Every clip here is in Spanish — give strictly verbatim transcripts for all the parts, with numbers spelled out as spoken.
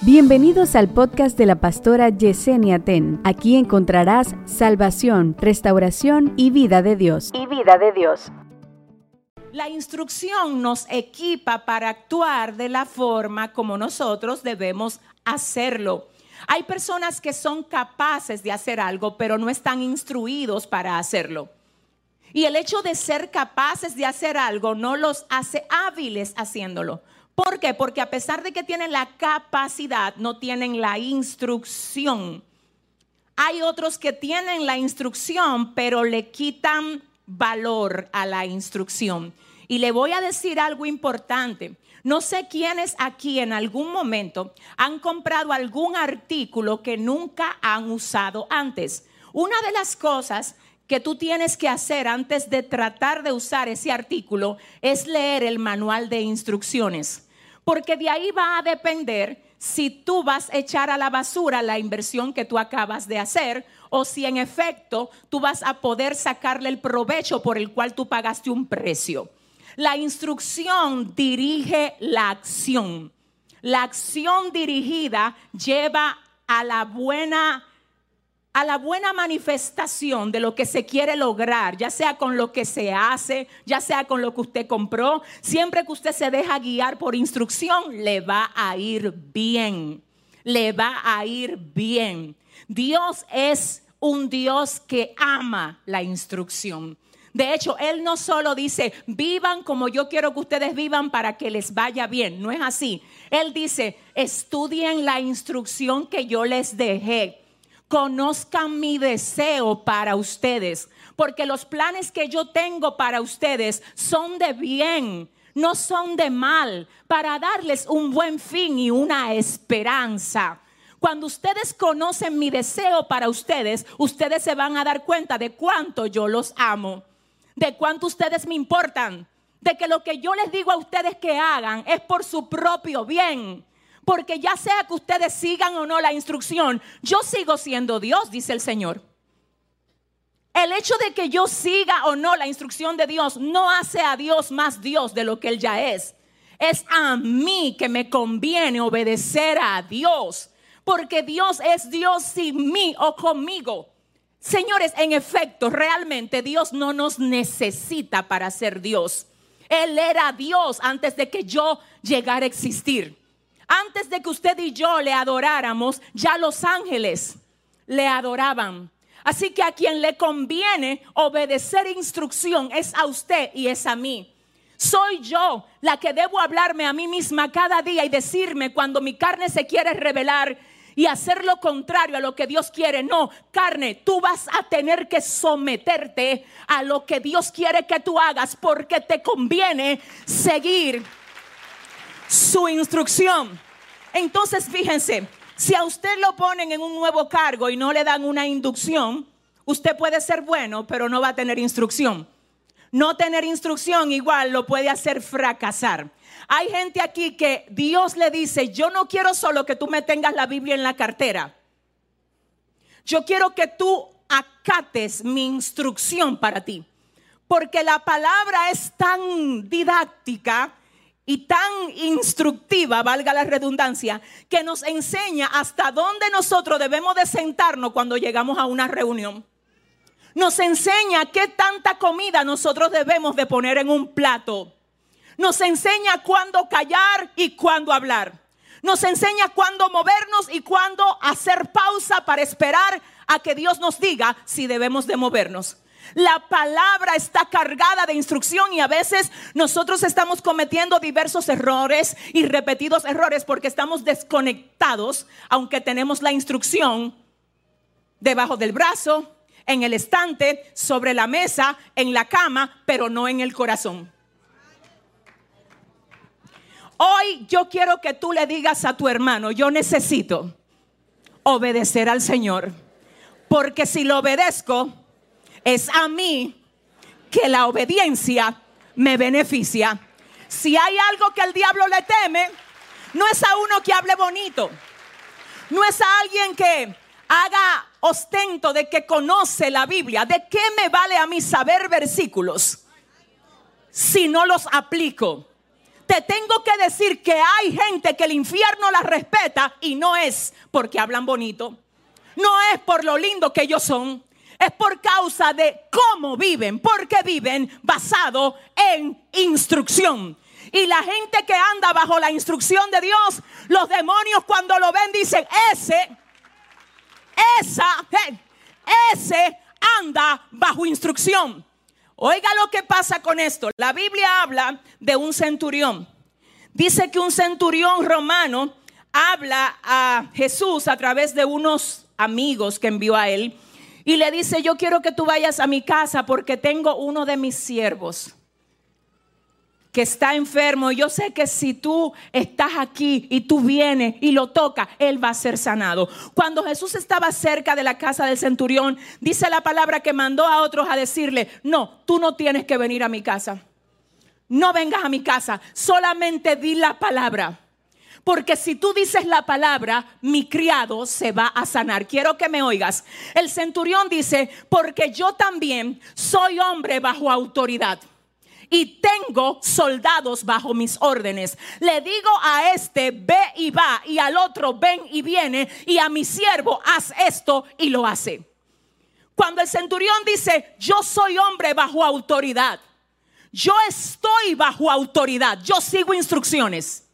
Bienvenidos al podcast de la pastora Yesenia Ten. Aquí encontrarás salvación, restauración y vida de Dios. Y vida de Dios. La instrucción nos equipa para actuar de la forma como nosotros debemos hacerlo. Hay personas que son capaces de hacer algo, pero no están instruidos para hacerlo. Y el hecho de ser capaces de hacer algo no los hace hábiles haciéndolo. ¿Por qué? Porque a pesar de que tienen la capacidad, no tienen la instrucción. Hay otros que tienen la instrucción, pero le quitan valor a la instrucción. Y le voy a decir algo importante. No sé quiénes aquí en algún momento han comprado algún artículo que nunca han usado antes. Una de las cosas que tú tienes que hacer antes de tratar de usar ese artículo es leer el manual de instrucciones, porque de ahí va a depender si tú vas a echar a la basura la inversión que tú acabas de hacer o si en efecto tú vas a poder sacarle el provecho por el cual tú pagaste un precio. La instrucción dirige la acción. La acción dirigida lleva a la buena a la buena manifestación de lo que se quiere lograr, ya sea con lo que se hace, ya sea con lo que usted compró. Siempre que usted se deja guiar por instrucción, le va a ir bien, le va a ir bien. Dios es un Dios que ama la instrucción. De hecho, Él no solo dice, vivan como yo quiero que ustedes vivan para que les vaya bien. No es así. Él dice, estudien la instrucción que yo les dejé. Conozcan mi deseo para ustedes, porque los planes que yo tengo para ustedes son de bien, no son de mal, para darles un buen fin y una esperanza. Cuando ustedes conocen mi deseo para ustedes, ustedes se van a dar cuenta de cuánto yo los amo, de cuánto ustedes me importan, de que lo que yo les digo a ustedes que hagan es por su propio bien. Porque ya sea que ustedes sigan o no la instrucción, yo sigo siendo Dios, dice el Señor. El hecho de que yo siga o no la instrucción de Dios no hace a Dios más Dios de lo que Él ya es. Es a mí que me conviene obedecer a Dios, porque Dios es Dios sin mí o conmigo. Señores, en efecto, realmente Dios no nos necesita para ser Dios. Él era Dios antes de que yo llegara a existir. Antes de que usted y yo le adoráramos, ya los ángeles le adoraban. Así que a quien le conviene obedecer instrucción es a usted y es a mí. Soy yo la que debo hablarme a mí misma cada día y decirme cuando mi carne se quiere rebelar y hacer lo contrario a lo que Dios quiere. No, carne, tú vas a tener que someterte a lo que Dios quiere que tú hagas, porque te conviene seguir su instrucción. Entonces fíjense, si a usted lo ponen en un nuevo cargo y no le dan una inducción, usted puede ser bueno, pero no va a tener instrucción. No tener instrucción igual lo puede hacer fracasar. Hay gente aquí que Dios le dice, yo no quiero solo que tú me tengas la Biblia en la cartera. Yo quiero que tú acates mi instrucción para ti. Porque la palabra es tan didáctica y tan instructiva, valga la redundancia, que nos enseña hasta dónde nosotros debemos de sentarnos cuando llegamos a una reunión. Nos enseña qué tanta comida nosotros debemos de poner en un plato. Nos enseña cuándo callar y cuándo hablar. Nos enseña cuándo movernos y cuándo hacer pausa para esperar a que Dios nos diga si debemos de movernos. La palabra está cargada de instrucción y a veces nosotros estamos cometiendo diversos errores y repetidos errores porque estamos desconectados, aunque tenemos la instrucción debajo del brazo, en el estante, sobre la mesa, en la cama, pero no en el corazón. Hoy yo quiero que tú le digas a tu hermano, yo necesito obedecer al Señor, porque si lo obedezco, es a mí que la obediencia me beneficia. Si hay algo que el diablo le teme, no es a uno que hable bonito, no es a alguien que haga ostento de que conoce la Biblia. ¿De qué me vale a mí saber versículos si no los aplico? Te tengo que decir que hay gente que el infierno la respeta y no es porque hablan bonito. No es por lo lindo que ellos son. Es por causa de cómo viven. Porque viven basado en instrucción. Y la gente que anda bajo la instrucción de Dios, los demonios cuando lo ven dicen, ese, esa, ese anda bajo instrucción. Oiga lo que pasa con esto. La Biblia habla de un centurión. Dice que un centurión romano habla a Jesús a través de unos amigos que envió a él. Y le dice, yo quiero que tú vayas a mi casa porque tengo uno de mis siervos que está enfermo. Y yo sé que si tú estás aquí y tú vienes y lo tocas, él va a ser sanado. Cuando Jesús estaba cerca de la casa del centurión, dice la palabra que mandó a otros a decirle, no, tú no tienes que venir a mi casa. No vengas a mi casa, solamente di la palabra. Porque si tú dices la palabra, mi criado se va a sanar. Quiero que me oigas. El centurión dice, porque yo también soy hombre bajo autoridad. Y tengo soldados bajo mis órdenes. Le digo a este, ve y va. Y al otro, ven y viene. Y a mi siervo, haz esto y lo hace. Cuando el centurión dice, yo soy hombre bajo autoridad. Yo estoy bajo autoridad. Yo sigo instrucciones.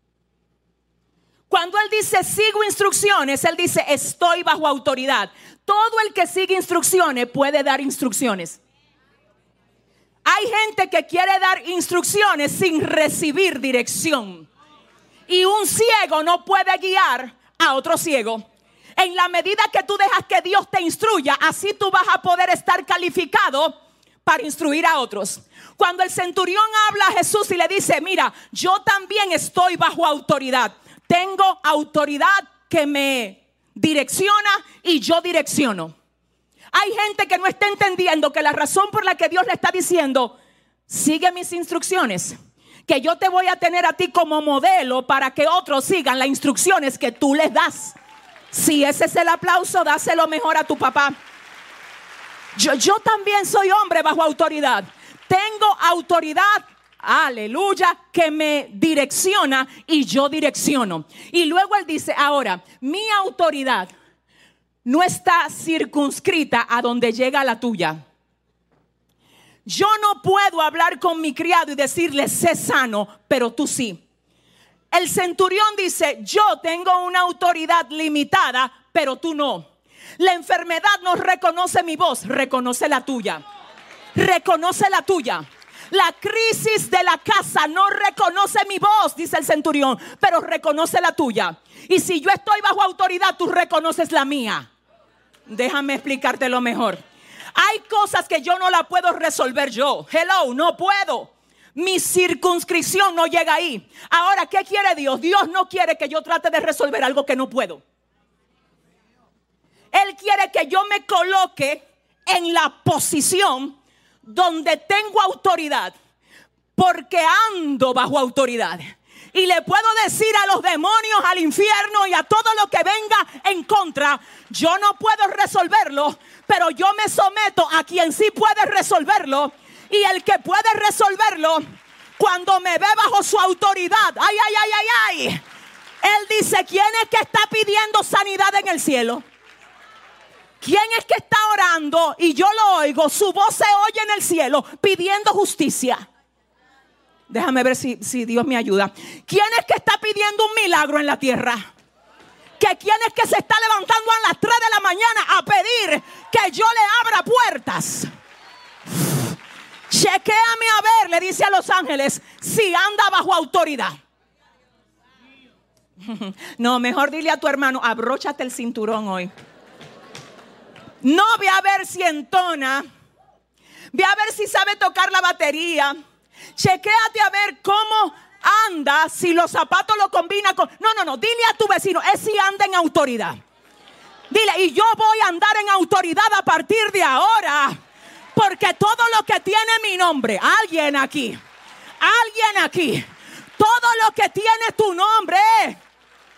Cuando él dice, sigo instrucciones, él dice, estoy bajo autoridad. Todo el que sigue instrucciones puede dar instrucciones. Hay gente que quiere dar instrucciones sin recibir dirección. Y un ciego no puede guiar a otro ciego. En la medida que tú dejas que Dios te instruya, así tú vas a poder estar calificado para instruir a otros. Cuando el centurión habla a Jesús y le dice, mira, yo también estoy bajo autoridad. Tengo autoridad que me direcciona y yo direcciono. Hay gente que no está entendiendo que la razón por la que Dios le está diciendo, sigue mis instrucciones, que yo te voy a tener a ti como modelo para que otros sigan las instrucciones que tú les das. Si ese es el aplauso, dáselo mejor a tu papá. Yo, yo también soy hombre bajo autoridad. Tengo autoridad, aleluya, que me direcciona y yo direcciono. Y luego él dice, ahora, mi autoridad no está circunscrita a donde llega la tuya. Yo no puedo hablar con mi criado y decirle, sé sano, pero tú sí. El centurión dice, yo tengo una autoridad limitada, pero tú no. La enfermedad no reconoce mi voz, reconoce la tuya. Reconoce la tuya. La crisis de la casa no reconoce mi voz, dice el centurión, pero reconoce la tuya. Y si yo estoy bajo autoridad, tú reconoces la mía. Déjame explicártelo mejor. Hay cosas que yo no la puedo resolver yo. Hello, no puedo. Mi circunscripción no llega ahí. Ahora, ¿qué quiere Dios? Dios no quiere que yo trate de resolver algo que no puedo. Él quiere que yo me coloque en la posición donde tengo autoridad, porque ando bajo autoridad. Y le puedo decir a los demonios, al infierno y a todo lo que venga en contra, yo no puedo resolverlo, pero yo me someto a quien sí puede resolverlo. Y el que puede resolverlo, cuando me ve bajo su autoridad, ay, ay, ay, ay, ay, él dice, ¿quién es que está pidiendo sanidad en el cielo? ¿Quién es que está orando? Y yo lo oigo, su voz se oye en el cielo pidiendo justicia. Déjame ver si, si Dios me ayuda. ¿Quién es que está pidiendo un milagro en la tierra? ¿Que quién es que se está levantando a las tres de la mañana a pedir que yo le abra puertas? Chequéame a ver, le dice a los ángeles, si anda bajo autoridad. No, mejor dile a tu hermano, abróchate el cinturón hoy. No, ve a ver si entona. Ve a ver si sabe tocar la batería. Chequéate a ver cómo anda, si los zapatos lo combina con... No, no, no, dile a tu vecino, es si anda en autoridad. Dile, y yo voy a andar en autoridad a partir de ahora, porque todo lo que tiene mi nombre, alguien aquí, alguien aquí, todo lo que tiene tu nombre,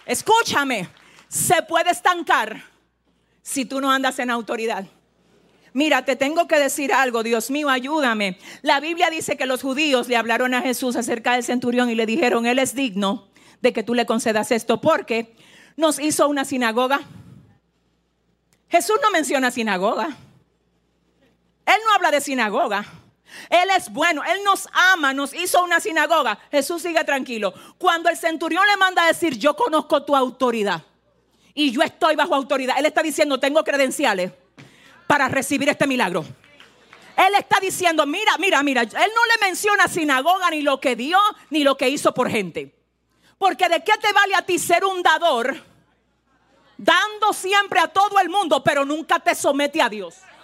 escúchame, se puede estancar si tú no andas en autoridad. Mira, te tengo que decir algo, Dios mío, ayúdame. La Biblia dice que los judíos le hablaron a Jesús acerca del centurión y le dijeron, él es digno de que tú le concedas esto porque nos hizo una sinagoga. Jesús no menciona sinagoga. Él no habla de sinagoga. Él es bueno, Él nos ama, nos hizo una sinagoga. Jesús sigue tranquilo. Cuando el centurión le manda a decir, yo conozco tu autoridad y yo estoy bajo autoridad, Él está diciendo, tengo credenciales para recibir este milagro. Él está diciendo, mira, mira, mira, Él no le menciona sinagoga ni lo que dio ni lo que hizo por gente. Porque ¿de qué te vale a ti ser un dador, dando siempre a todo el mundo, pero nunca te somete a Dios?